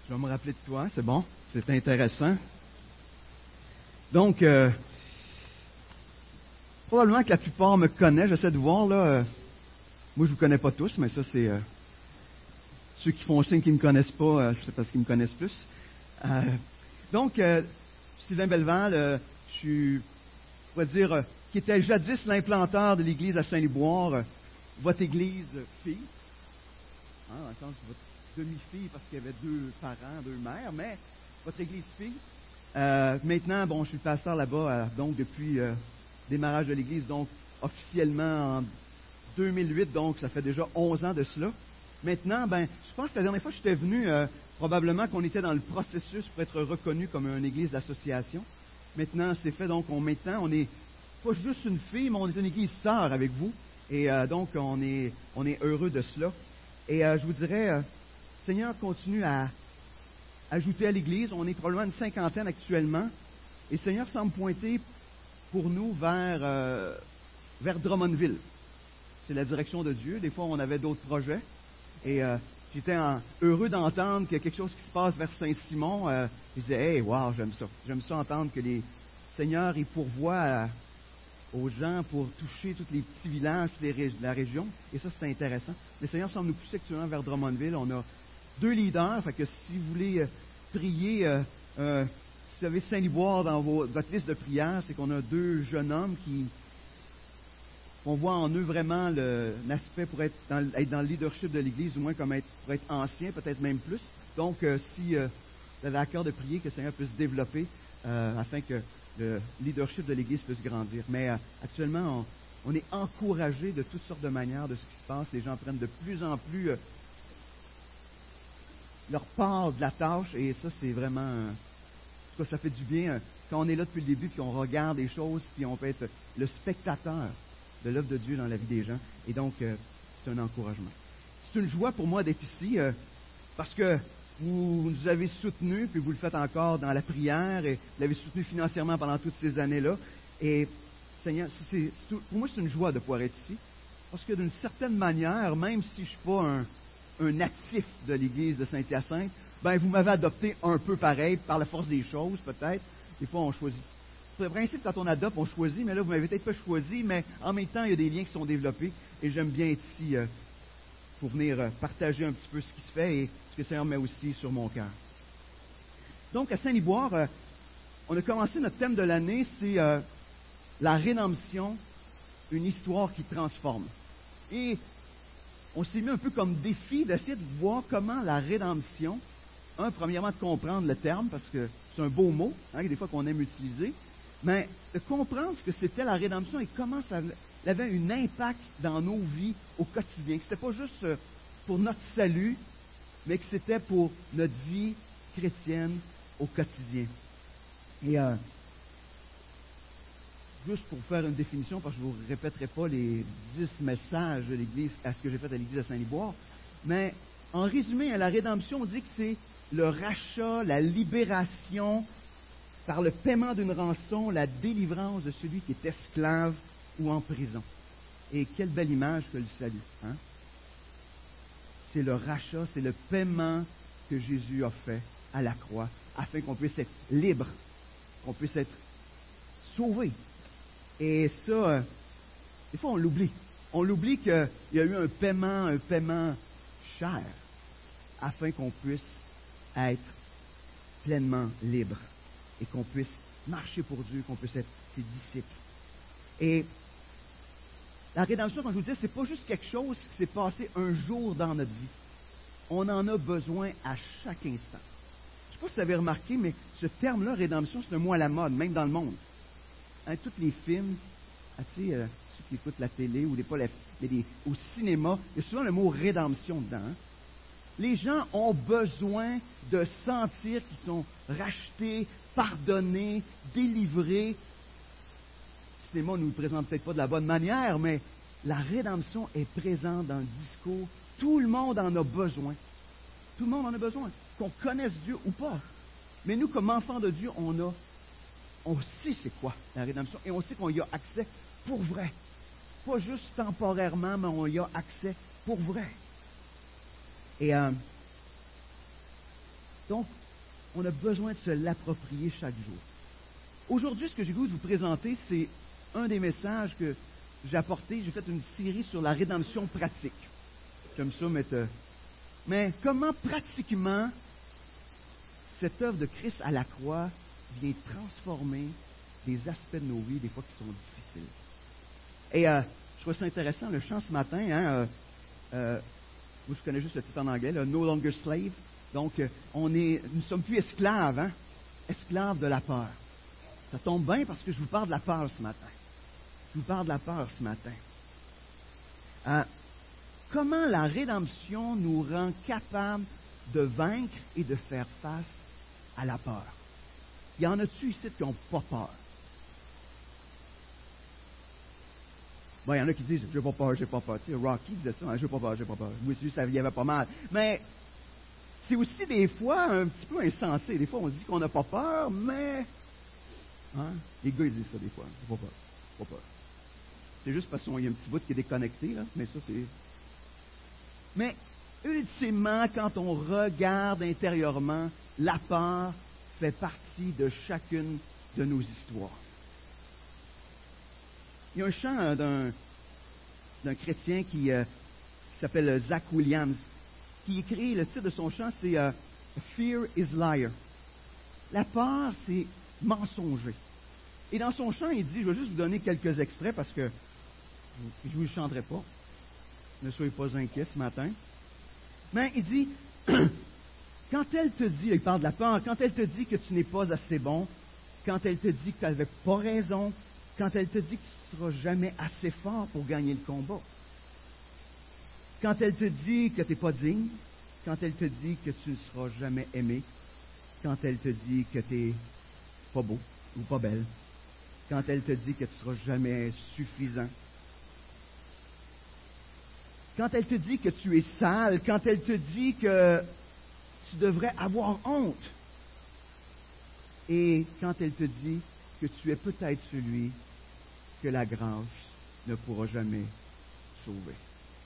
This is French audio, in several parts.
Je vais me rappeler de toi, c'est bon, c'est intéressant. Donc, probablement que la plupart me connaissent, j'essaie de voir, là. Moi, je vous connais pas tous, mais ça, c'est ceux qui font signe qu'ils ne me connaissent pas, c'est parce qu'ils me connaissent plus. Donc, Sylvain Belleval, je suis, on pourrait dire, qui était jadis l'implanteur de l'église à Saint-Liboire, votre église fille, dans le sens de votre demi-fille, parce qu'il y avait 2 parents, 2 mères, mais votre église fille. Maintenant, bon, je suis pasteur là-bas, donc depuis le démarrage de l'église, donc officiellement en 2008, donc ça fait déjà 11 ans de cela. Maintenant, je pense que la dernière fois que j'étais venu, probablement qu'on était dans le processus pour être reconnu comme une église d'association. Maintenant, c'est fait, donc maintenant, on n'est pas juste une fille, mais on est une église sœur avec vous. Et donc, on est heureux de cela. Et je vous dirais, Seigneur continue à ajouter à l'Église. On est probablement une 50aine actuellement. Et Seigneur semble pointer pour nous vers Drummondville. C'est la direction de Dieu. Des fois, on avait d'autres projets. Et j'étais heureux d'entendre qu'il y a quelque chose qui se passe vers Saint-Simon. Je disais, hey, wow, j'aime ça. J'aime ça entendre que les Seigneurs, ils pourvoient aux gens pour toucher tous les petits villages de la région. Et ça, c'est intéressant. Le Seigneur semble nous pousser actuellement vers Drummondville. On a 2 leaders. Fait que si vous voulez prier, si vous avez Saint-Liboire dans votre liste de prières, c'est qu'on a 2 jeunes hommes on voit en eux vraiment l'aspect pour être dans le leadership de l'Église, du moins pour être ancien, peut-être même plus. Donc, si vous avez à cœur de prier, que le Seigneur puisse se développer afin que le leadership de l'Église puisse grandir. Mais actuellement, on est encouragé de toutes sortes de manières de ce qui se passe. Les gens prennent de plus en plus leur part de la tâche, et ça, c'est vraiment... en tout cas, ça fait du bien quand on est là depuis le début, puis on regarde les choses, puis on peut être le spectateur de l'œuvre de Dieu dans la vie des gens. Et donc, c'est un encouragement. C'est une joie pour moi d'être ici, parce que vous nous avez soutenus, puis vous le faites encore dans la prière, et vous l'avez soutenu financièrement pendant toutes ces années-là. Et, Seigneur, pour moi, c'est une joie de pouvoir être ici, parce que d'une certaine manière, même si je ne suis pas un natif de l'Église de Saint-Hyacinthe, vous m'avez adopté un peu pareil, par la force des choses, peut-être. Des fois, on choisit. C'est le principe, quand on adopte, on choisit, mais là, vous m'avez peut-être pas choisi, mais en même temps, il y a des liens qui sont développés, et j'aime bien être ici pour venir partager un petit peu ce qui se fait et ce que le Seigneur met aussi sur mon cœur. Donc, à Saint-Liboire, on a commencé notre thème de l'année, c'est la rédemption, une histoire qui transforme. Et on s'est mis un peu comme défi d'essayer de voir comment la rédemption, premièrement, de comprendre le terme, parce que c'est un beau mot, des fois qu'on aime utiliser, mais de comprendre ce que c'était la rédemption et comment ça avait un impact dans nos vies au quotidien. Que ce n'était pas juste pour notre salut, mais que c'était pour notre vie chrétienne au quotidien. Et juste pour faire une définition, parce que je ne vous répéterai pas les 10 messages de l'Église, à ce que j'ai fait à l'Église à Saint-Liboire, mais en résumé, à la rédemption, on dit que c'est le rachat, la libération, par le paiement d'une rançon, la délivrance de celui qui est esclave ou en prison. Et quelle belle image que le salut. C'est le rachat, c'est le paiement que Jésus a fait à la croix, afin qu'on puisse être libre, qu'on puisse être sauvé. Et ça, des fois on l'oublie. On l'oublie qu'il y a eu un paiement cher, afin qu'on puisse être pleinement libre et qu'on puisse marcher pour Dieu, qu'on puisse être ses disciples. Et la rédemption, comme je vous disais, c'est pas juste quelque chose qui s'est passé un jour dans notre vie. On en a besoin à chaque instant. Je ne sais pas si vous avez remarqué, mais ce terme-là, rédemption, c'est un mot à la mode, même dans le monde. Tous les films, ceux qui écoutent la télé ou au cinéma, il y a souvent le mot rédemption dedans. Les gens ont besoin de sentir qu'ils sont rachetés, pardonnés, délivrés. Le cinéma ne nous le présente peut-être pas de la bonne manière, mais la rédemption est présente dans le discours. Tout le monde en a besoin. Tout le monde en a besoin, qu'on connaisse Dieu ou pas. Mais nous, comme enfants de Dieu, on sait c'est quoi la rédemption et on sait qu'on y a accès pour vrai. Pas juste temporairement, mais on y a accès pour vrai. Et Donc, on a besoin de se l'approprier chaque jour. Aujourd'hui, ce que j'ai goût de vous présenter, c'est un des messages que j'ai apporté. J'ai fait une série sur la rédemption pratique. J'aime ça mettre... Mais comment pratiquement cette œuvre de Christ à la croix vient transformer des aspects de nos vies, des fois qui sont difficiles. Et je trouve ça intéressant, le chant ce matin, moi je connais juste le titre en anglais, là, No Longer Slave. Donc, nous ne sommes plus esclaves, esclaves de la peur. Ça tombe bien parce que je vous parle de la peur ce matin. Je vous parle de la peur ce matin. Comment la rédemption nous rend capables de vaincre et de faire face à la peur? Y en a-tu ici qui n'ont pas peur? Bon, il y en a qui disent, j'ai pas peur, j'ai pas peur. Tu sais, Rocky disait ça, j'ai pas peur, j'ai pas peur. Moi aussi, ça y avait pas mal. Mais c'est aussi des fois un petit peu insensé. Des fois, on se dit qu'on n'a pas peur, mais... Les gars, ils disent ça des fois. J'ai pas peur, j'ai pas peur. C'est juste parce qu'il y a un petit bout qui est déconnecté, là, mais ça, c'est... Mais, ultimement, quand on regarde intérieurement, la peur fait partie de chacune de nos histoires. Il y a un chant d'un chrétien qui s'appelle Zach Williams, qui écrit, le titre de son chant, c'est Fear is Liar. La peur, c'est mensonger. Et dans son chant, il dit, je vais juste vous donner quelques extraits parce que je ne vous le chanterai pas. Ne soyez pas inquiets ce matin. Mais il dit, quand elle te dit, il parle de la peur, quand elle te dit que tu n'es pas assez bon, quand elle te dit que tu n'avais pas raison, quand elle te dit que tu ne seras jamais assez fort pour gagner le combat, quand elle te dit que tu n'es pas digne, quand elle te dit que tu ne seras jamais aimé, quand elle te dit que tu n'es pas beau ou pas belle, quand elle te dit que tu ne seras jamais suffisant, quand elle te dit que tu es sale, quand elle te dit que tu devrais avoir honte, et quand elle te dit que tu es peut-être celui que la grâce ne pourra jamais sauver.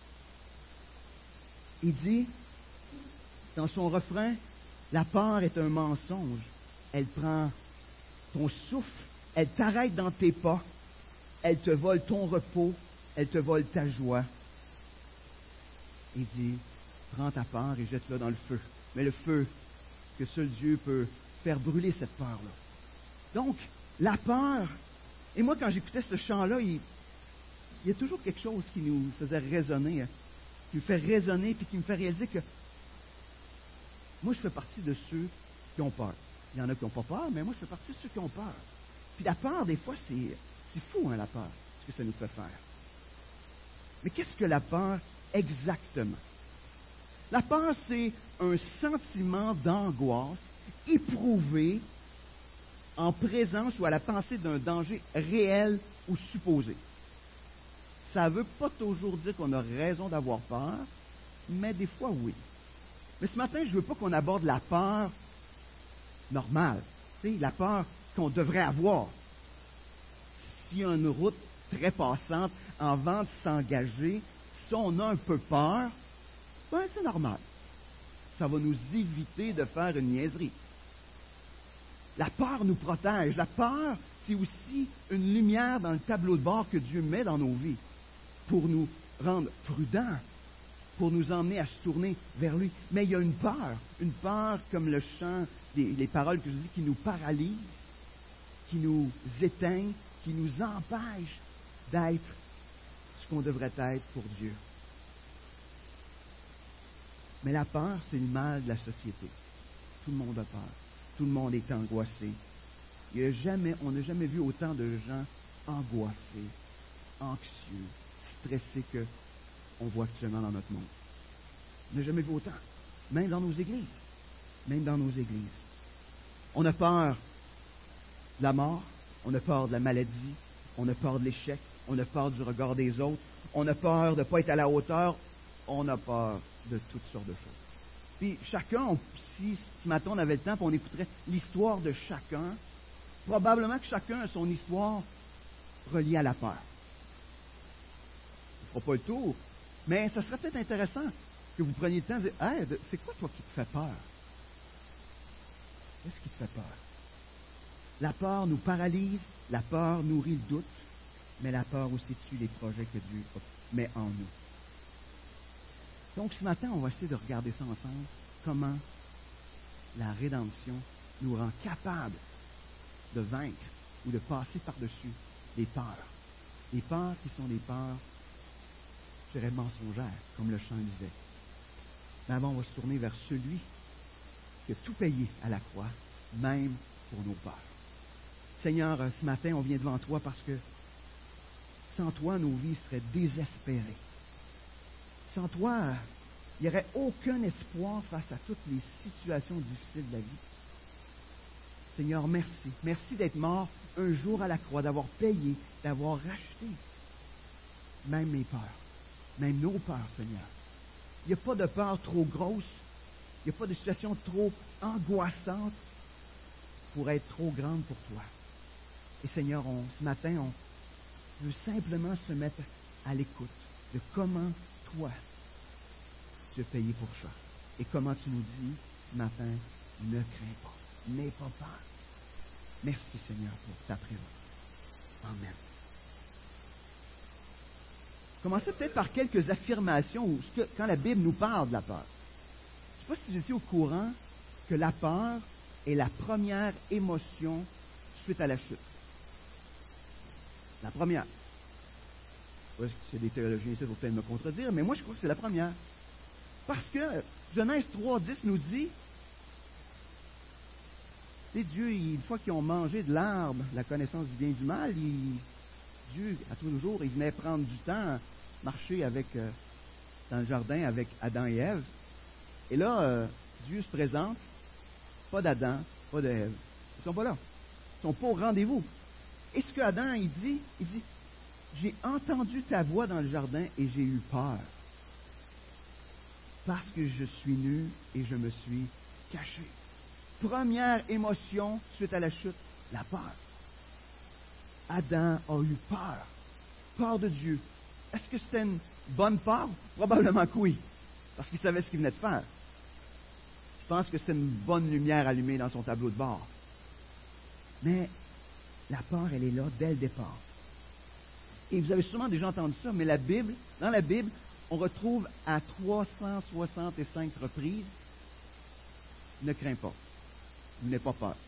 Il dit, dans son refrain, la peur est un mensonge. Elle prend ton souffle, elle t'arrête dans tes pas, elle te vole ton repos, elle te vole ta joie. Il dit, prends ta peur et jette-la dans le feu. Mais le feu que seul Dieu peut faire brûler cette peur-là. Donc, la peur, et moi quand j'écoutais ce chant-là, il y a toujours quelque chose qui nous faisait résonner, qui me fait résonner, puis qui me fait réaliser que moi je fais partie de ceux qui ont peur. Il y en a qui n'ont pas peur, mais moi je fais partie de ceux qui ont peur. Puis la peur, des fois, c'est fou, la peur, ce que ça nous fait faire. Mais qu'est-ce que la peur exactement? La peur, c'est un sentiment d'angoisse éprouvé en présence ou à la pensée d'un danger réel ou supposé. Ça ne veut pas toujours dire qu'on a raison d'avoir peur, mais des fois, oui. Mais ce matin, je ne veux pas qu'on aborde la peur normale, la peur qu'on devrait avoir. S'il y a une route très passante avant de s'engager, si on a un peu peur, ben c'est normal. Ça va nous éviter de faire une niaiserie. La peur nous protège. La peur, c'est aussi une lumière dans le tableau de bord que Dieu met dans nos vies pour nous rendre prudents, pour nous emmener à se tourner vers lui. Mais il y a une peur comme le chant, les paroles que je dis, qui nous paralyse, qui nous éteigne, qui nous empêche d'être ce qu'on devrait être pour Dieu. Mais la peur, c'est le mal de la société. Tout le monde a peur. Tout le monde est angoissé. On n'a jamais vu autant de gens angoissés, anxieux, stressés qu'on voit actuellement dans notre monde. On n'a jamais vu autant. Même dans nos églises. Même dans nos églises. On a peur de la mort. On a peur de la maladie. On a peur de l'échec. On a peur du regard des autres. On a peur de ne pas être à la hauteur. On a peur de toutes sortes de choses. Puis chacun, si ce matin on avait le temps, puis on écouterait l'histoire de chacun, probablement que chacun a son histoire reliée à la peur. On ne fera pas le tour, mais ça serait peut-être intéressant que vous preniez le temps de dire, hey, c'est quoi toi qui te fait peur? Qu'est-ce qui te fait peur? La peur nous paralyse, la peur nourrit le doute, mais la peur aussi tue les projets que Dieu met en nous. Donc ce matin, on va essayer de regarder ça ensemble, comment la rédemption nous rend capables de vaincre ou de passer par-dessus les peurs. Les peurs qui sont des peurs, je dirais, mensongères, comme le chant disait. Mais avant, on va se tourner vers celui qui a tout payé à la croix, même pour nos peurs. Seigneur, ce matin, on vient devant toi parce que sans toi, nos vies seraient désespérées. Sans toi, il n'y aurait aucun espoir face à toutes les situations difficiles de la vie. Seigneur, merci. Merci d'être mort un jour à la croix, d'avoir payé, d'avoir racheté même mes peurs, même nos peurs, Seigneur. Il n'y a pas de peur trop grosse, il n'y a pas de situation trop angoissante pour être trop grande pour toi. Et Seigneur, ce matin, on veut simplement se mettre à l'écoute de comment toi, tu as payé pour ça. Et comment tu nous dis ce matin, ne crains pas, n'aie pas peur. Merci Seigneur pour ta présence. Amen. Commencez peut-être par quelques affirmations quand la Bible nous parle de la peur. Je ne sais pas si vous étiez au courant que la peur est la première émotion suite à la chute. La première. C'est des théologiens ici qui vont peut-être me contredire, mais moi je crois que c'est la première. Parce que Genèse 3,10 nous dit, Dieu, une fois qu'ils ont mangé de l'arbre, la connaissance du bien et du mal, Dieu, à tous les jours, il venait prendre du temps à marcher dans le jardin avec Adam et Ève. Et là, Dieu se présente, pas d'Adam, pas d'Ève. Ils ne sont pas là. Ils ne sont pas au rendez-vous. Et ce que Adam, il dit, j'ai entendu ta voix dans le jardin et j'ai eu peur. Parce que je suis nu et je me suis caché. Première émotion suite à la chute, la peur. Adam a eu peur. Peur de Dieu. Est-ce que c'était une bonne peur? Probablement que oui. Parce qu'il savait ce qu'il venait de faire. Je pense que c'était une bonne lumière allumée dans son tableau de bord. Mais la peur, elle est là dès le départ. Et vous avez sûrement déjà entendu ça, mais dans la Bible, on retrouve à 365 reprises, ne crains pas, n'aie pas peur.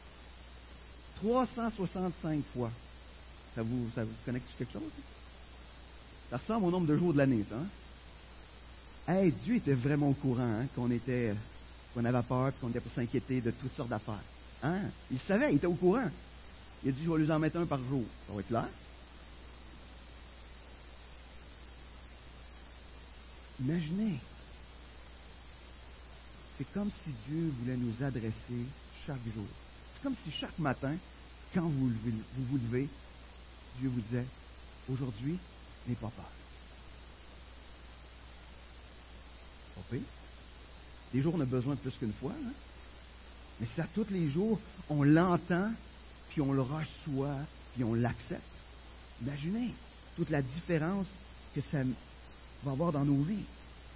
365 fois. Ça vous connecte sur quelque chose? Ça ressemble au nombre de jours de l'année, ça. Hein? Hey, Dieu était vraiment au courant qu'on avait peur, qu'on était pour s'inquiéter de toutes sortes d'affaires. Hein? Il savait, il était au courant. Il a dit, je vais lui en mettre un par jour. Ça va être clair? Imaginez. C'est comme si Dieu voulait nous adresser chaque jour. C'est comme si chaque matin, quand vous vous levez, Dieu vous disait, aujourd'hui, n'aie pas peur. Pas pire. Des jours, on a besoin de plus qu'une fois. Hein? Mais ça, tous les jours, on l'entend, puis on le reçoit, puis on l'accepte. Imaginez toute la différence que ça va avoir dans nos vies.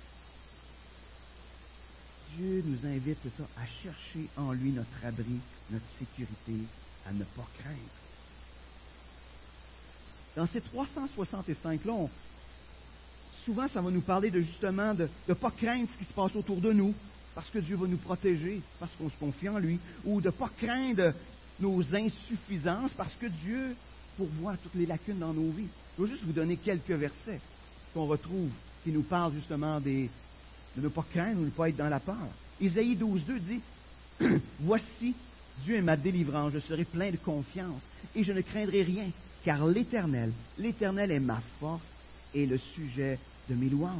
Dieu nous invite, c'est ça, à chercher en lui notre abri, notre sécurité, à ne pas craindre. Dans ces 365-là, souvent, ça va nous parler justement de ne pas craindre ce qui se passe autour de nous, parce que Dieu va nous protéger, parce qu'on se confie en lui, ou de ne pas craindre nos insuffisances, parce que Dieu pourvoit toutes les lacunes dans nos vies. Je vais juste vous donner quelques versets qu'on retrouve, qui nous parlent justement de ne pas craindre ou de ne pas être dans la peur. Isaïe 12,2 dit, « Voici, Dieu est ma délivrance, je serai plein de confiance, et je ne craindrai rien, car l'Éternel est ma force et le sujet de mes louanges.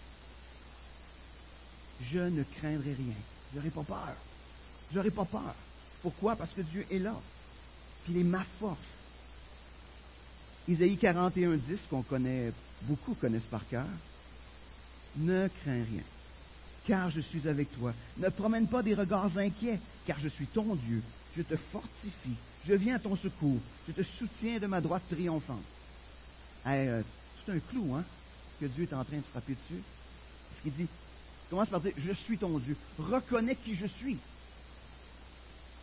Je ne craindrai rien. Je n'aurai pas peur. Je n'aurai pas peur. Pourquoi? Parce que Dieu est là. Puis il est ma force. » Isaïe 41,10, qu'on connaît, beaucoup connaissent par cœur. « Ne crains rien, car je suis avec toi. Ne promène pas des regards inquiets, car je suis ton Dieu. Je te fortifie. Je viens à ton secours. Je te soutiens de ma droite triomphante. » C'est un clou, hein, que Dieu est en train de frapper dessus. Parce qu'il dit, commence par dire, je suis ton Dieu. Reconnais qui je suis.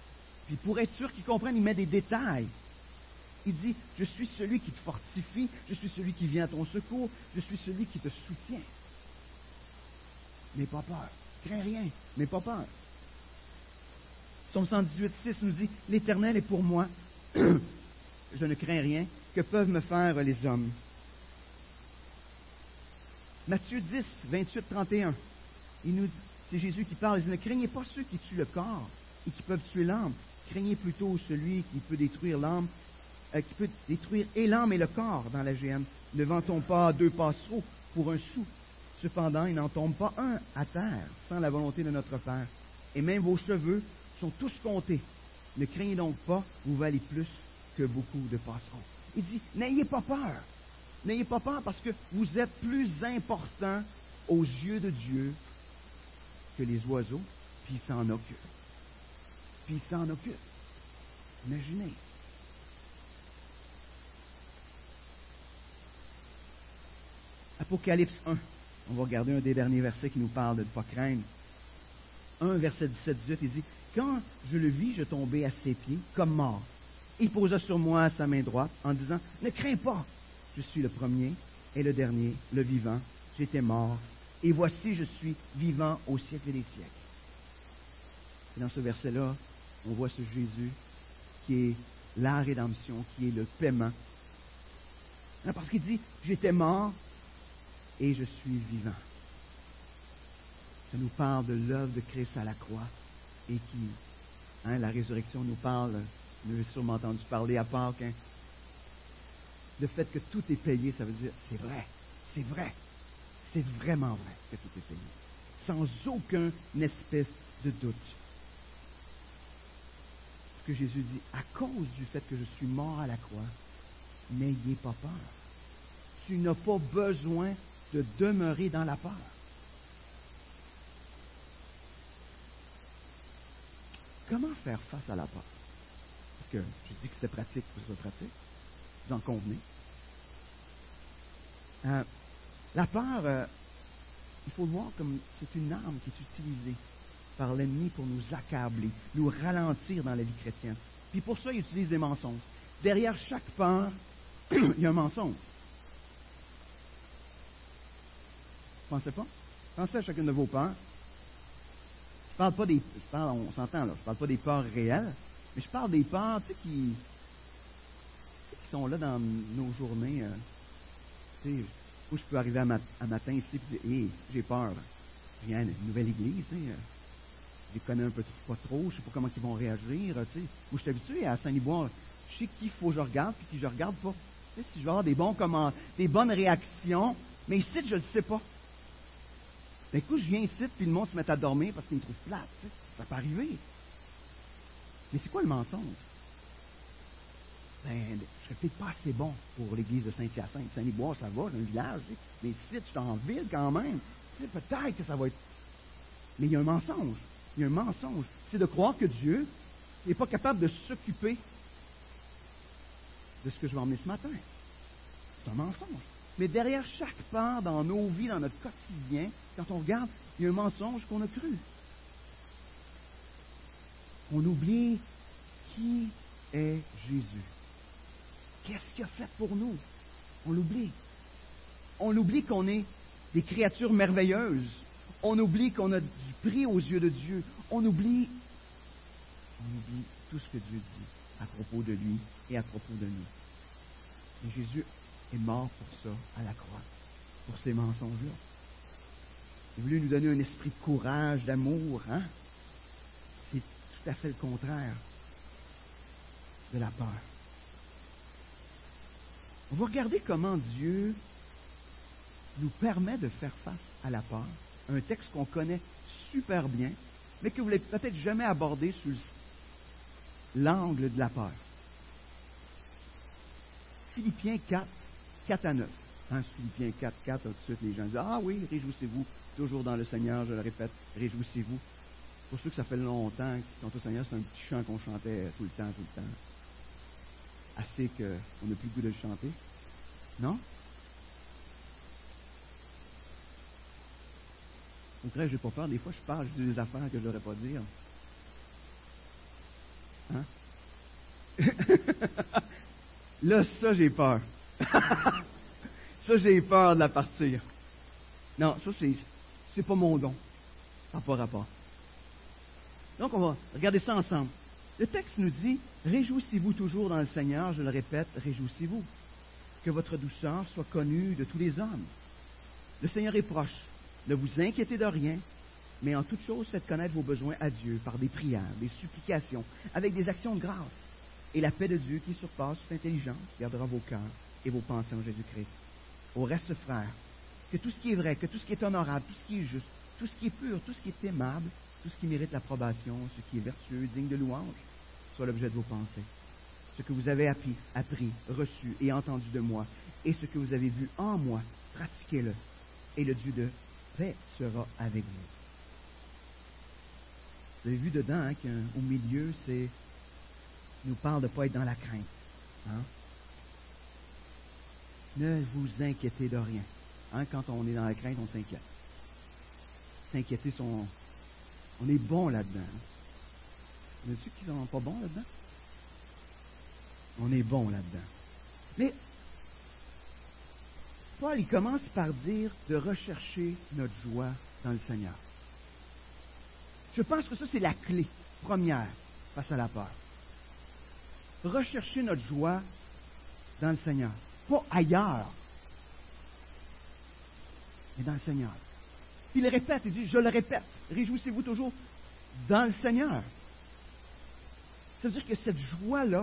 Puis pour être sûr qu'ils comprennent, il met des détails. Il dit, je suis celui qui te fortifie, je suis celui qui vient à ton secours, je suis celui qui te soutient. N'aie pas peur. Crains rien, n'aie pas peur. Psaume 118,6 nous dit, l'Éternel est pour moi, je ne crains rien, que peuvent me faire les hommes. Matthieu 10, 28, 31, c'est Jésus qui parle, il dit, ne craignez pas ceux qui tuent le corps et qui peuvent tuer l'âme, craignez plutôt celui qui peut détruire l'âme, qui peut détruire et l'âme et le corps dans la géhenne. Ne vend-on pas 2 passereaux pour un sou? Cependant, il n'en tombe pas un à terre sans la volonté de notre Père. Et même vos cheveux sont tous comptés. Ne craignez donc pas, vous valez plus que beaucoup de passereaux. Il dit, n'ayez pas peur. N'ayez pas peur parce que vous êtes plus important aux yeux de Dieu que les oiseaux, puis il s'en occupe. Puis il s'en occupe. Imaginez. Apocalypse 1. On va regarder un des derniers versets qui nous parle de ne pas craindre. 1, verset 17-18, il dit, « Quand je le vis, je tombai à ses pieds, comme mort. Il posa sur moi sa main droite, en disant, « Ne crains pas, je suis le premier et le dernier, le vivant. J'étais mort, et voici, je suis vivant au siècle des siècles. » Et dans ce verset-là, on voit ce Jésus qui est la rédemption, qui est le paiement. Parce qu'il dit, « J'étais mort, et je suis vivant. » Ça nous parle de l'œuvre de Christ à la croix et qui, la résurrection nous parle, vous avez sûrement entendu parler à Pâques, le fait que tout est payé, ça veut dire, c'est vrai, c'est vraiment vrai que tout est payé, sans aucune espèce de doute. Ce que Jésus dit, à cause du fait que je suis mort à la croix, n'ayez pas peur. Tu n'as pas besoin de demeurer dans la peur. Comment faire face à la peur? Parce que je dis que c'était pratique pour que ce soit pratique. Vous en convenez? La peur, il faut le voir comme c'est une arme qui est utilisée par l'ennemi pour nous accabler, nous ralentir dans la vie chrétienne. Puis pour ça, il utilise des mensonges. Derrière chaque peur, il y a un mensonge. Vous ne pensez pas? Pensez à chacune de vos peurs. On s'entend là, je parle pas des peurs réelles, mais je parle des peurs, qui sont là dans nos journées. Où je peux arriver à matin ici et dire, hey, j'ai peur. Je viens à une nouvelle église, je les connais un peu pas trop, je ne sais pas comment ils vont réagir. Moi, je suis habitué à Saint-Liboire, je sais qui il faut que je regarde et qui je regarde pas. Si je vais avoir des bonnes réactions, mais ici, je ne le sais pas. D'un coup, je viens ici, puis le monde se met à dormir parce qu'il me trouve plate. Ça peut arriver. Mais c'est quoi le mensonge? Je ne serais peut-être pas assez bon pour l'église de Saint-Hyacinthe. Saint-Liboire, ça va, j'ai un village. Mais ici, je suis en ville quand même. Peut-être que ça va être... Mais il y a un mensonge. Il y a un mensonge. C'est de croire que Dieu n'est pas capable de s'occuper de ce que je vais emmener ce matin. C'est un mensonge. Mais derrière chaque part dans nos vies, dans notre quotidien, quand on regarde, il y a un mensonge qu'on a cru. On oublie qui est Jésus. Qu'est-ce qu'il a fait pour nous? On l'oublie. On oublie qu'on est des créatures merveilleuses. On oublie qu'on a du prix aux yeux de Dieu. On oublie tout ce que Dieu dit à propos de lui et à propos de nous. Mais Jésus est mort pour ça, à la croix, pour ces mensonges-là. Il a voulu nous donner un esprit de courage, d'amour, C'est tout à fait le contraire de la peur. On va regarder comment Dieu nous permet de faire face à la peur. Un texte qu'on connaît super bien, mais que vous n'avez peut-être jamais abordé sous l'angle de la peur. Philippiens 4, 4 à 9. Philippiens 4, 4, tout de suite, les gens disent, ah oui, réjouissez-vous, toujours dans le Seigneur, je le répète, réjouissez-vous. Pour ceux que ça fait longtemps qu'ils sont au Seigneur, c'est un petit chant qu'on chantait tout le temps. Assez qu'on n'a plus le goût de le chanter. Non? Au contraire, je n'ai pas peur. Des fois, je parle, je dis des affaires que je ne devrais pas dire. Hein? Là, ça, j'ai peur. Ça, j'ai peur de la partir. Non, ça, c'est pas mon don. Ça n'a pas rapport. Donc, on va regarder ça ensemble. Le texte nous dit, « Réjouissez-vous toujours dans le Seigneur. » Je le répète, réjouissez-vous. Que votre douceur soit connue de tous les hommes. Le Seigneur est proche. Ne vous inquiétez de rien, mais en toute chose, faites connaître vos besoins à Dieu par des prières, des supplications, avec des actions de grâce. Et la paix de Dieu, qui surpasse toute intelligence, gardera vos cœurs et vos pensées en Jésus-Christ. Au reste, frères, que tout ce qui est vrai, que tout ce qui est honorable, tout ce qui est juste, tout ce qui est pur, tout ce qui est aimable, tout ce qui mérite l'approbation, ce qui est vertueux, digne de louange, soit l'objet de vos pensées. Ce que vous avez appris, reçu et entendu de moi, et ce que vous avez vu en moi, pratiquez-le, et le Dieu de paix sera avec vous. Vous avez vu dedans hein, qu'au milieu, il nous parle de ne pas être dans la crainte. Hein? Ne vous inquiétez de rien. Hein, quand on est dans la crainte, on s'inquiète. S'inquiéter, on est bon là-dedans. Hein? Y a-t-il qui sont pas bons là-dedans? On est bon là-dedans. Mais Paul, il commence par dire de rechercher notre joie dans le Seigneur. Je pense que ça, c'est la clé première face à la peur. Rechercher notre joie dans le Seigneur. Pas ailleurs, mais dans le Seigneur. Puis il le répète, il dit, je le répète, réjouissez-vous toujours dans le Seigneur. Ça veut dire que cette joie-là,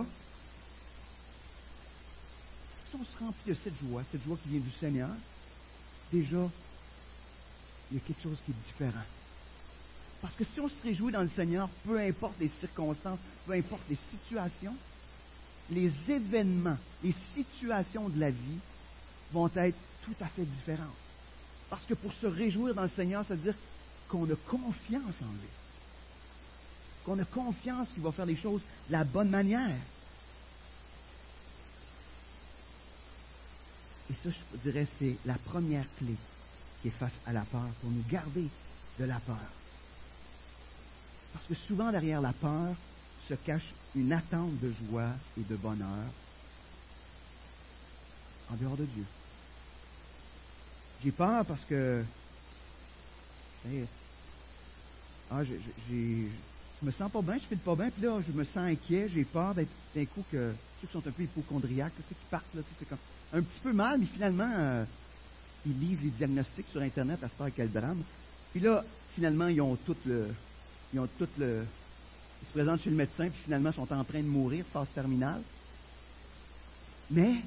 si on se remplit de cette joie qui vient du Seigneur, déjà, il y a quelque chose qui est différent. Parce que si on se réjouit dans le Seigneur, peu importe les circonstances, peu importe les situations, les événements, les situations de la vie vont être tout à fait différentes. Parce que pour se réjouir dans le Seigneur, ça veut dire qu'on a confiance en lui. Qu'on a confiance qu'il va faire les choses de la bonne manière. Et ça, je dirais, c'est la première clé qui est face à la peur, pour nous garder de la peur. Parce que souvent, derrière la peur, se cache une attente de joie et de bonheur en dehors de Dieu. J'ai peur parce que je me sens pas bien, je ne file pas bien, puis là, je me sens inquiet, j'ai peur d'être d'un coup que ceux qui sont un peu hypochondriaques, qui partent, là, c'est comme un petit peu mal, mais finalement, ils lisent les diagnostics sur Internet à savoir quel drame. Puis là, finalement, ils se présentent chez le médecin, puis finalement, ils sont en train de mourir, phase terminale. Mais,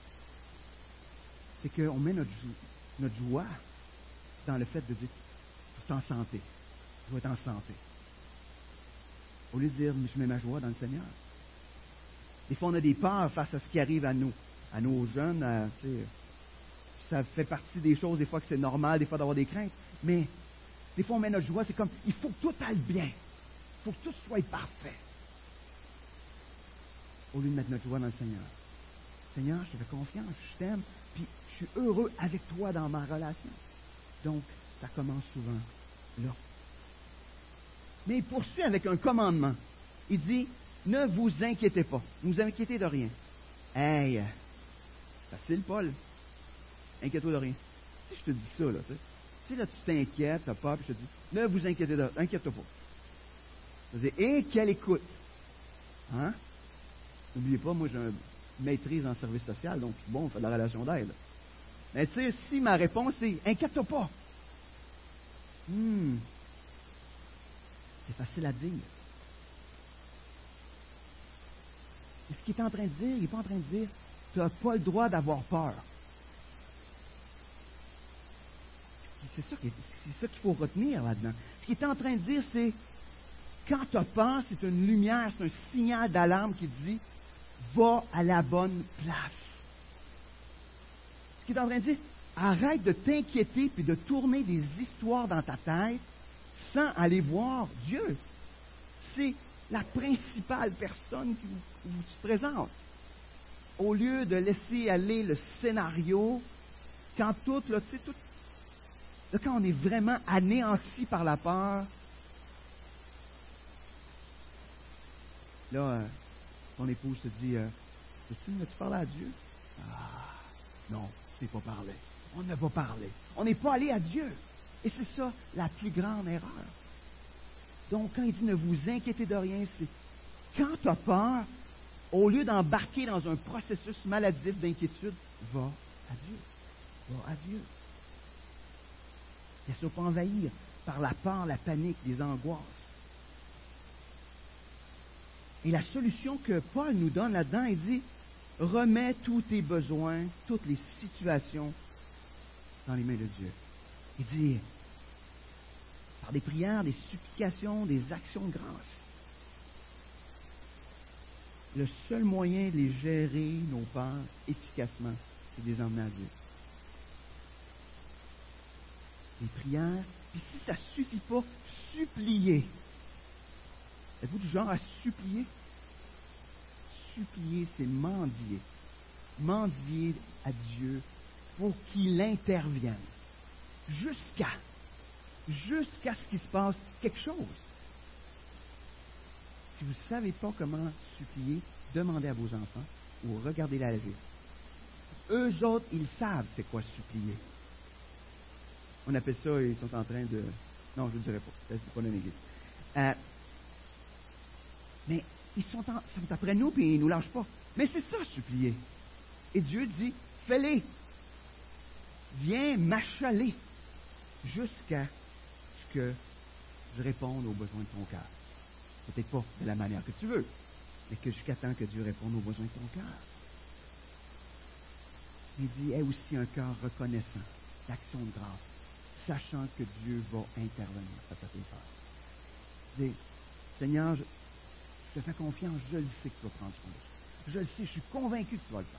c'est qu'on met notre joie dans le fait de dire, je suis en santé, je vais être en santé. Au lieu de dire, je mets ma joie dans le Seigneur. Des fois, on a des peurs face à ce qui arrive à nos jeunes. Ça fait partie des choses, des fois, que c'est normal, des fois, d'avoir des craintes. Mais, des fois, on met notre joie, c'est comme, il faut que tout aille bien. Il faut que tout soit parfait. Au lieu de mettre notre joie dans le Seigneur. Seigneur, je te fais confiance, je t'aime, puis je suis heureux avec toi dans ma relation. Donc, ça commence souvent là. Mais il poursuit avec un commandement. Il dit, ne vous inquiétez pas. Ne vous inquiétez de rien. Hey, facile, Paul. Inquiète-toi de rien. Si je te dis ça, là, tu sais. Si là, tu t'inquiètes, tu as peur, puis je te dis, ne vous inquiétez-toi pas. Je veux dire, quelle écoute. Hein? N'oubliez pas, moi, j'ai une maîtrise en service social, donc bon, on fait de la relation d'aide. Mais tu sais, si ma réponse est, inquiète-toi pas. C'est facile à dire. Et ce qu'il est en train de dire, il n'est pas en train de dire, tu n'as pas le droit d'avoir peur. C'est ça qu'il faut retenir là-dedans. Ce qu'il est en train de dire, c'est, quand tu as peur, c'est une lumière, c'est un signal d'alarme qui te dit, va à la bonne place. Ce qu'il est en train de dire, arrête de t'inquiéter puis de tourner des histoires dans ta tête sans aller voir Dieu. C'est la principale personne qui vous présente. Au lieu de laisser aller le scénario, quand quand on est vraiment anéanti par la peur, Là, ton épouse te dit, Christine, as-tu parlé à Dieu? Ah, non, tu n'es pas parlé. On n'a pas parlé. On n'est pas allé à Dieu. Et c'est ça la plus grande erreur. Donc, quand il dit ne vous inquiétez de rien, c'est quand tu as peur, au lieu d'embarquer dans un processus maladif d'inquiétude, va à Dieu. Va à Dieu. Laisse-toi pas envahir par la peur, la panique, les angoisses. Et la solution que Paul nous donne là-dedans, il dit, remets tous tes besoins, toutes les situations dans les mains de Dieu. Il dit, par des prières, des supplications, des actions de grâce. Le seul moyen de les gérer, nos peurs, efficacement, c'est de les emmener à Dieu. Les prières, puis si ça ne suffit pas, supplier. Êtes-vous du genre à supplier? Supplier, c'est mendier. Mendier à Dieu pour qu'il intervienne. Jusqu'à ce qu'il se passe quelque chose. Si vous ne savez pas comment supplier, demandez à vos enfants ou regardez la vie. Eux autres, ils savent c'est quoi supplier. On appelle ça, ils sont en train de... Non, je ne le dirai pas. Ça ne dit pas dans l'Église. Mais ils sont après nous et ils ne nous lâchent pas. Mais c'est ça, supplier. Et Dieu dit, fais-les. Viens m'achaler jusqu'à ce que je réponde aux besoins de ton cœur. Peut-être pas de la manière que tu veux, mais que jusqu'à temps que Dieu réponde aux besoins de ton cœur. Il dit, aie aussi un cœur reconnaissant, d'action de grâce, sachant que Dieu va intervenir face à tes peurs. Dis, Seigneur, je te fais confiance, je le sais que tu vas prendre soin de ça. Je le sais, je suis convaincu que tu vas le faire.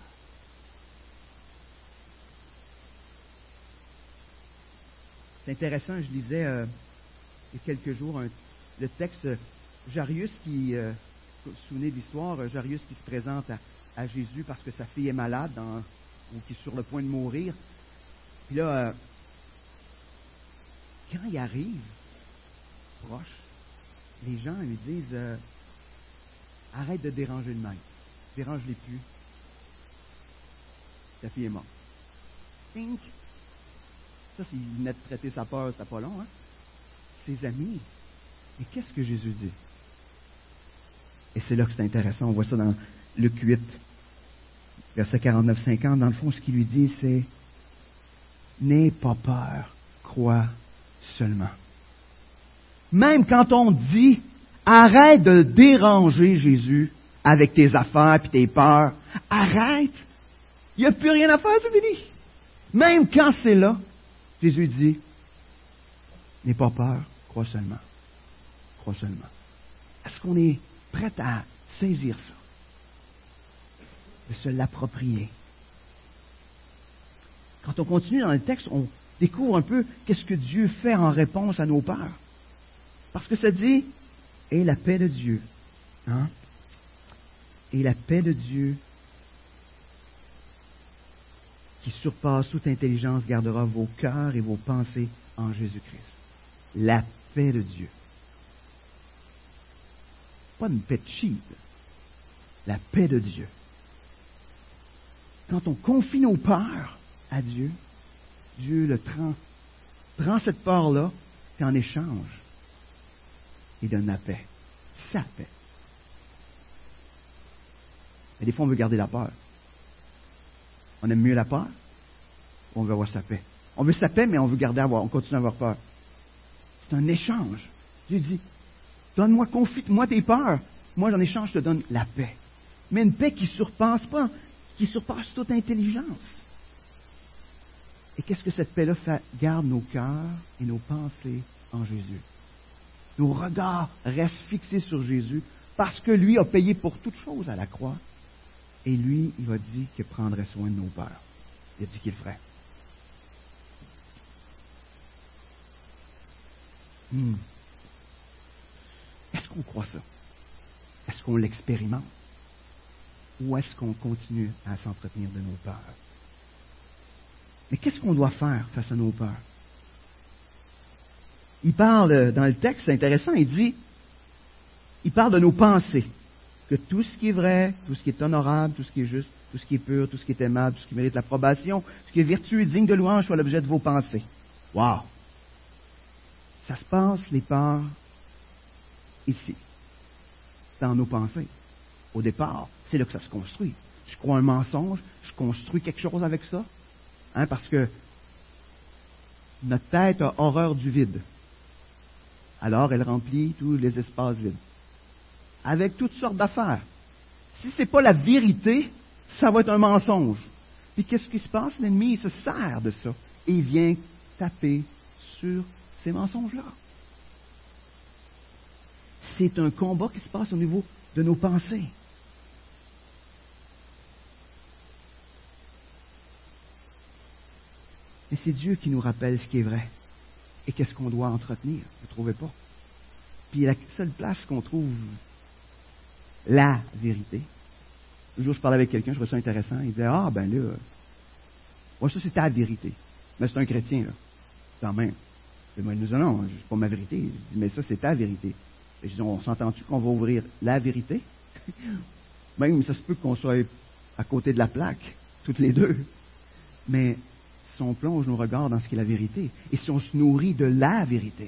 C'est intéressant, je lisais il y a quelques jours le texte Jairus qui, vous vous souvenez de l'histoire, Jairus qui se présente à Jésus parce que sa fille est malade ou qui est sur le point de mourir. Puis là, quand il arrive proche, les gens lui disent arrête de déranger le maître, dérange-les plus. Sa fille est morte. Think. Ça, s'il venait de traiter sa peur, c'était pas long, hein? Ses amis. Mais qu'est-ce que Jésus dit? Et c'est là que c'est intéressant. On voit ça dans Luc 8, verset 49-50. Dans le fond, ce qu'il lui dit, c'est n'aie pas peur, crois seulement. Même quand on dit arrête de déranger Jésus avec tes affaires et tes peurs, arrête. Il n'y a plus rien à faire, c'est fini. Même quand c'est là, Jésus dit, n'aie pas peur, crois seulement. Crois seulement. Est-ce qu'on est prêt à saisir ça? De se l'approprier. Quand on continue dans le texte, on découvre un peu qu'est-ce que Dieu fait en réponse à nos peurs. Parce que ça dit, et la paix de Dieu. Hein? Et la paix de Dieu qui surpasse toute intelligence, gardera vos cœurs et vos pensées en Jésus-Christ. La paix de Dieu. Pas une paix cheap. La paix de Dieu. Quand on confie nos peurs à Dieu, Dieu prend cette peur-là, et en échange, il donne la paix. Sa paix. Mais des fois, on veut garder la peur. On aime mieux la peur, ou on veut avoir sa paix. On veut sa paix, mais on veut on continue à avoir peur. C'est un échange. Dieu dit, donne-moi, confie-moi tes peurs. Moi, en échange, je te donne la paix. Mais une paix qui surpasse toute intelligence. Et qu'est-ce que cette paix-là fait? Garde nos cœurs et nos pensées en Jésus. Nos regards restent fixés sur Jésus parce que lui a payé pour toute chose à la croix. Et lui, il a dit qu'il prendrait soin de nos peurs. Il a dit qu'il le ferait. Est-ce qu'on croit ça? Est-ce qu'on l'expérimente? Ou est-ce qu'on continue à s'entretenir de nos peurs? Mais qu'est-ce qu'on doit faire face à nos peurs? Il parle, dans le texte, c'est intéressant, il parle de nos pensées. que tout ce qui est vrai, tout ce qui est honorable, tout ce qui est juste, tout ce qui est pur, tout ce qui est aimable, tout ce qui mérite l'approbation, ce qui est vertueux et digne de louange soit l'objet de vos pensées. Wow! Ça se passe, les peurs, ici, dans nos pensées. Au départ, c'est là que ça se construit. Je crois un mensonge, je construis quelque chose avec ça, parce que notre tête a horreur du vide. Alors, elle remplit tous les espaces vides. Avec toutes sortes d'affaires. Si ce n'est pas la vérité, ça va être un mensonge. Puis qu'est-ce qui se passe? L'ennemi, il se sert de ça. Et il vient taper sur ces mensonges-là. C'est un combat qui se passe au niveau de nos pensées. Mais c'est Dieu qui nous rappelle ce qui est vrai et qu'est-ce qu'on doit entretenir. Vous ne trouvez pas? Puis la seule place qu'on trouve la vérité. Un jour, je parlais avec quelqu'un, je trouvais ça intéressant. Il disait, ben là, moi, ça, c'est ta vérité. Mais c'est un chrétien, là. Quand même. Et moi, il nous dit, non, c'est pas ma vérité. Je dis, mais ça, c'est ta vérité. Et je dis, on s'entend-tu qu'on va ouvrir la vérité? Même, ça se peut qu'on soit à côté de la plaque, toutes les deux. Mais si on plonge nos regards dans ce qui est la vérité, et si on se nourrit de la vérité,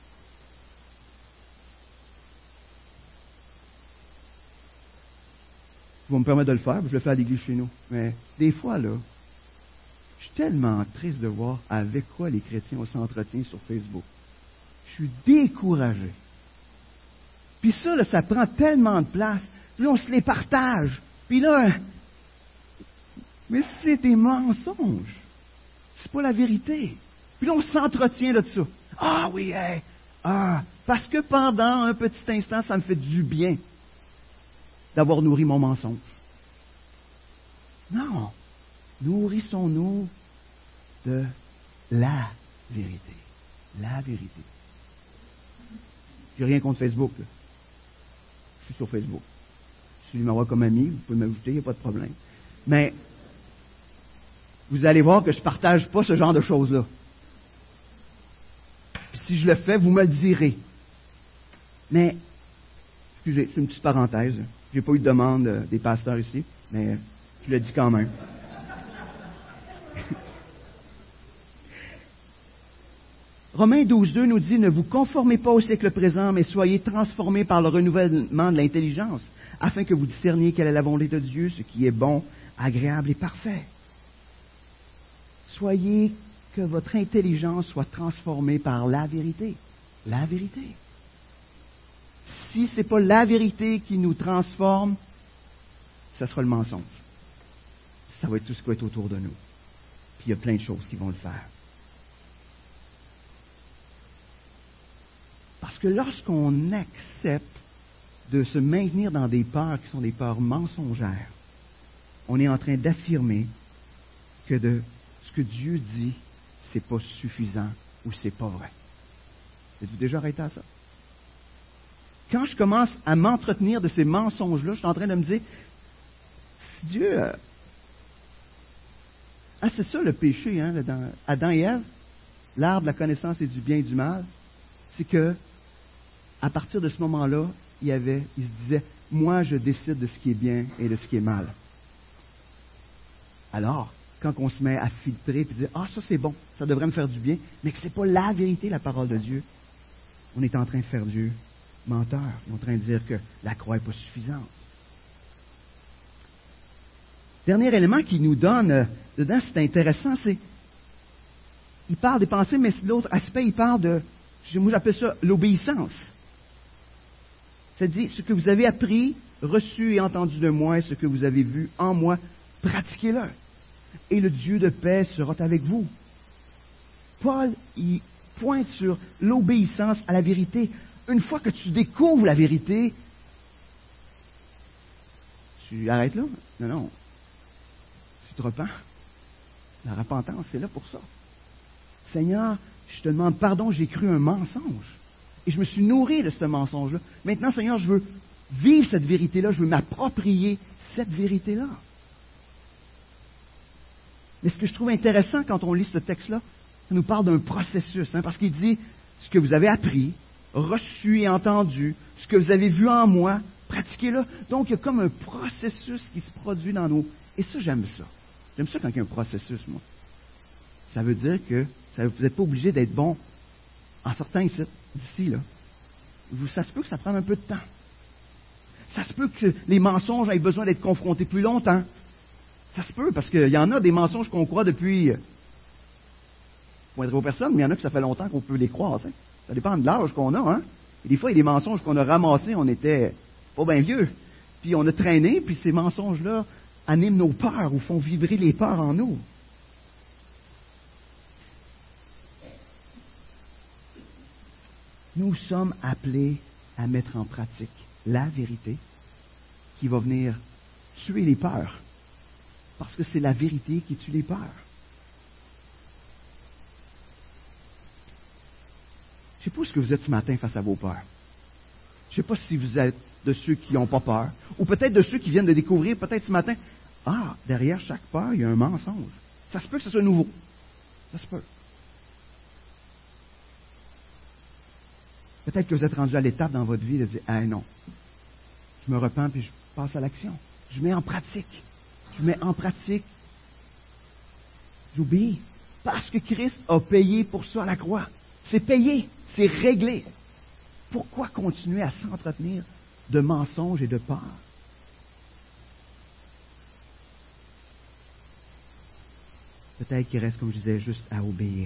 je vais me permettre de le faire, je le fais à l'église chez nous. Mais des fois, là, je suis tellement triste de voir avec quoi les chrétiens s'entretiennent sur Facebook. Je suis découragé. Puis ça, là, ça prend tellement de place. Puis là, on se les partage. Puis là, mais c'est des mensonges. C'est pas la vérité. Puis là, on s'entretient de ça. Ah oui, hey, parce que pendant un petit instant, ça me fait du bien d'avoir nourri mon mensonge. Non. Nourrissons-nous de la vérité. La vérité. J'ai rien contre Facebook, là. Je suis sur Facebook. Si vous m'avoir comme ami, vous pouvez m'ajouter, il n'y a pas de problème. Mais vous allez voir que je ne partage pas ce genre de choses-là. Puis si je le fais, vous me le direz. Mais, excusez, c'est une petite parenthèse. Je n'ai pas eu de demande des pasteurs ici, mais je le dis quand même. Romains 12,2 nous dit « Ne vous conformez pas au siècle présent, mais soyez transformés par le renouvellement de l'intelligence, afin que vous discerniez quelle est la volonté de Dieu, ce qui est bon, agréable et parfait. » Soyez que votre intelligence soit transformée par la vérité. La vérité. Si ce n'est pas la vérité qui nous transforme, ça sera le mensonge. Ça va être tout ce qui va être autour de nous. Puis il y a plein de choses qui vont le faire. Parce que lorsqu'on accepte de se maintenir dans des peurs qui sont des peurs mensongères, on est en train d'affirmer que ce que Dieu dit, c'est pas suffisant ou c'est pas vrai. Êtes-vous déjà arrêté à ça? Quand je commence à m'entretenir de ces mensonges-là, je suis en train de me dire, si Dieu... c'est ça le péché, dans Adam et Ève, l'arbre de la connaissance et du bien et du mal, c'est que à partir de ce moment-là, il se disait, moi je décide de ce qui est bien et de ce qui est mal. Alors, quand on se met à filtrer et dire, ça c'est bon, ça devrait me faire du bien, mais que ce n'est pas la vérité, la parole de Dieu, on est en train de faire Dieu menteur. On est en train de dire que la croix n'est pas suffisante. Dernier élément qu'il nous donne dedans, c'est intéressant, c'est il parle des pensées, mais l'autre aspect, il parle de, moi j'appelle ça l'obéissance. C'est-à-dire, ce que vous avez appris, reçu et entendu de moi, ce que vous avez vu en moi, pratiquez-le. Et le Dieu de paix sera avec vous. Paul, il pointe sur l'obéissance à la vérité. Une fois que tu découvres la vérité, tu arrêtes là? Non. Tu te repens. La repentance, c'est là pour ça. Seigneur, je te demande pardon, j'ai cru un mensonge. Et je me suis nourri de ce mensonge-là. Maintenant, Seigneur, je veux vivre cette vérité-là, je veux m'approprier cette vérité-là. Mais ce que je trouve intéressant quand on lit ce texte-là, ça nous parle d'un processus, parce qu'il dit, ce que vous avez appris, reçu et entendu, ce que vous avez vu en moi, Pratiquez-le. Donc, il y a comme un processus qui se produit dans nos... Et ça, j'aime ça. J'aime ça quand il y a un processus, moi. Ça veut dire que vous n'êtes pas obligé d'être bon en sortant d'ici, là. Ça se peut que ça prenne un peu de temps. Ça se peut que les mensonges aient besoin d'être confrontés plus longtemps. Ça se peut, parce qu'il y en a des mensonges qu'on croit depuis... pointerai aux personnes, mais il y en a que ça fait longtemps qu'on peut les croire. T'sais. Ça dépend de l'âge qu'on a. Hein? Et des fois, il y a des mensonges qu'on a ramassés, on était pas bien vieux. Puis on a traîné, puis ces mensonges-là animent nos peurs ou font vibrer les peurs en nous. Nous sommes appelés à mettre en pratique la vérité qui va venir tuer les peurs. Parce que c'est la vérité qui tue les peurs. Je ne sais pas où ce que vous êtes ce matin face à vos peurs. Je ne sais pas si vous êtes de ceux qui n'ont pas peur, ou peut-être de ceux qui viennent de découvrir, peut-être ce matin, derrière chaque peur, il y a un mensonge. Ça se peut que ce soit nouveau. Ça se peut. Peut-être que vous êtes rendu à l'étape dans votre vie de dire, non, je me repens puis je passe à l'action. Je mets en pratique. J'obéis. Parce que Christ a payé pour ça à la croix. C'est payé. C'est réglé. Pourquoi continuer à s'entretenir de mensonges et de peurs? Peut-être qu'il reste, comme je disais, juste à obéir.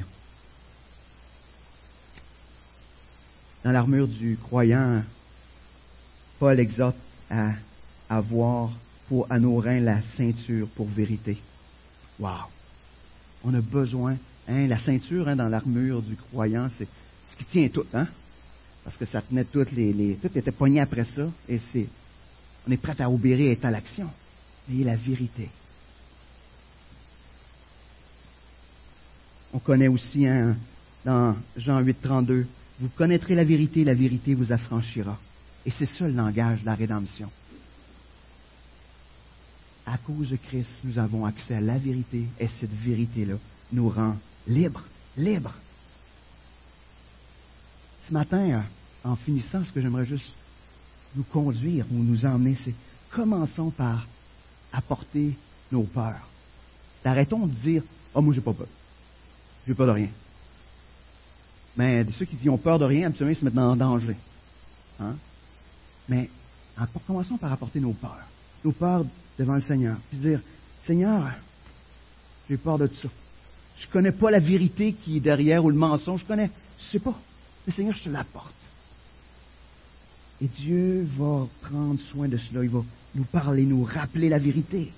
Dans l'armure du croyant, Paul exhorte à avoir à nos reins la ceinture pour vérité. Wow! On a besoin, la ceinture dans l'armure du croyant, c'est ce qui tient tout, hein? Parce que ça tenait tout était pogné après ça, et on est prêt à obéir et être à l'action. Ayez la vérité. On connaît aussi, dans Jean 8,32, vous connaîtrez la vérité vous affranchira. Et c'est ça le langage de la rédemption. À cause de Christ, nous avons accès à la vérité, et cette vérité-là nous rend libres. Libres. Ce matin, en finissant, ce que j'aimerais juste nous conduire ou nous emmener, c'est commençons par apporter nos peurs. Arrêtons de dire, moi, j'ai pas peur. J'ai peur de rien. Mais ceux qui ont peur de rien, absolument, ils se mettent en danger. Hein? Mais commençons par apporter nos peurs. Nos peurs devant le Seigneur. Puis dire, Seigneur, j'ai peur de ça. Je ne connais pas la vérité qui est derrière ou le mensonge. Je ne sais pas. Mais Seigneur, je te l'apporte. Et Dieu va prendre soin de cela. Il va nous parler, nous rappeler la vérité.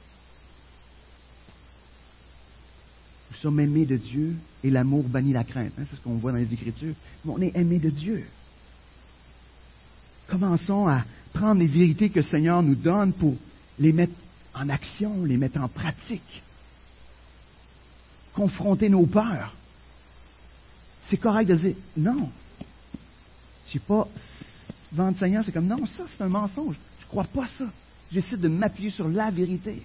Nous sommes aimés de Dieu et l'amour bannit la crainte. Hein? C'est ce qu'on voit dans les Écritures. Mais on est aimés de Dieu. Commençons à prendre les vérités que le Seigneur nous donne pour les mettre en action, les mettre en pratique. Confronter nos peurs. C'est correct de dire, non, je ne sais pas, devant le Seigneur, c'est comme, non, ça c'est un mensonge. Je ne crois pas ça. J'essaie de m'appuyer sur la vérité.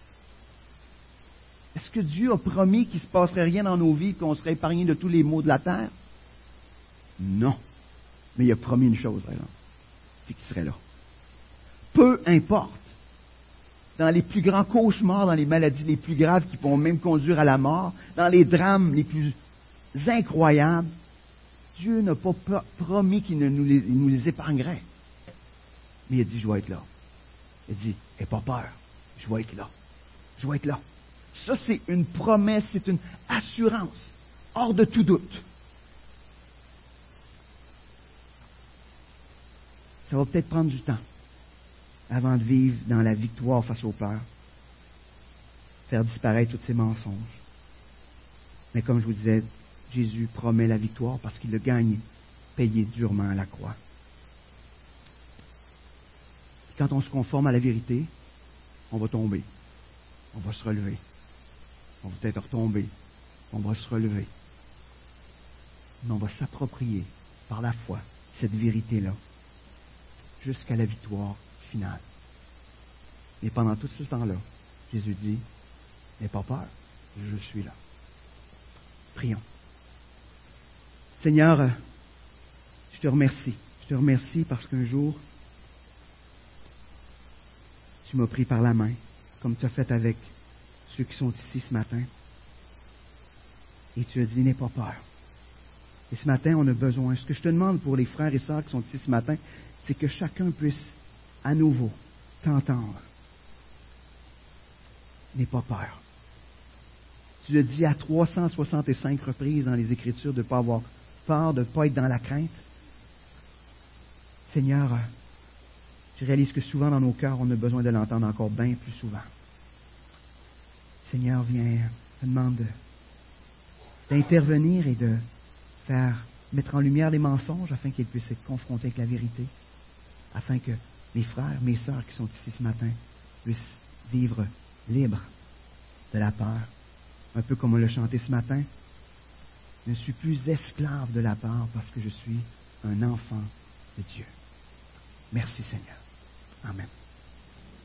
Est-ce que Dieu a promis qu'il ne se passerait rien dans nos vies, qu'on serait épargné de tous les maux de la terre? Non. Mais il a promis une chose, par exemple. C'est qu'il serait là. Peu importe. Dans les plus grands cauchemars, dans les maladies les plus graves qui pourront même conduire à la mort, dans les drames les plus incroyables, Dieu n'a pas promis qu'il nous les épargnerait. Mais il a dit, je vais être là. Il a dit, n'aie pas peur, je vais être là. Je vais être là. Ça, c'est une promesse, c'est une assurance, hors de tout doute. Ça va peut-être prendre du temps avant de vivre dans la victoire face aux peurs, faire disparaître tous ces mensonges. Mais comme je vous disais, Jésus promet la victoire parce qu'il l'a gagné, payé durement à la croix. Quand on se conforme à la vérité, on va tomber, on va se relever. On va peut-être retomber, on va se relever. Mais on va s'approprier par la foi cette vérité-là jusqu'à la victoire finale. Et pendant tout ce temps-là, Jésus dit, n'aie pas peur, je suis là. Prions. Seigneur, je te remercie. Je te remercie parce qu'un jour, Tu m'as pris par la main, comme tu as fait avec ceux qui sont ici ce matin. Et tu as dit, n'aie pas peur. Et ce matin, on a besoin. Ce que je te demande pour les frères et sœurs qui sont ici ce matin, c'est que chacun puisse à nouveau t'entendre. N'aie pas peur. Tu le dis à 365 reprises dans les Écritures de ne pas avoir peur, de ne pas être dans la crainte. Seigneur, je réalise que souvent dans nos cœurs, on a besoin de l'entendre encore bien plus souvent. Seigneur, viens, je te demande d'intervenir et de mettre en lumière les mensonges afin qu'ils puissent être confrontés avec la vérité, afin que mes frères, mes sœurs qui sont ici ce matin puissent vivre libres de la peur. Un peu comme on l'a chanté ce matin, je ne suis plus esclave de la peur parce que je suis un enfant de Dieu. Merci Seigneur. Amen.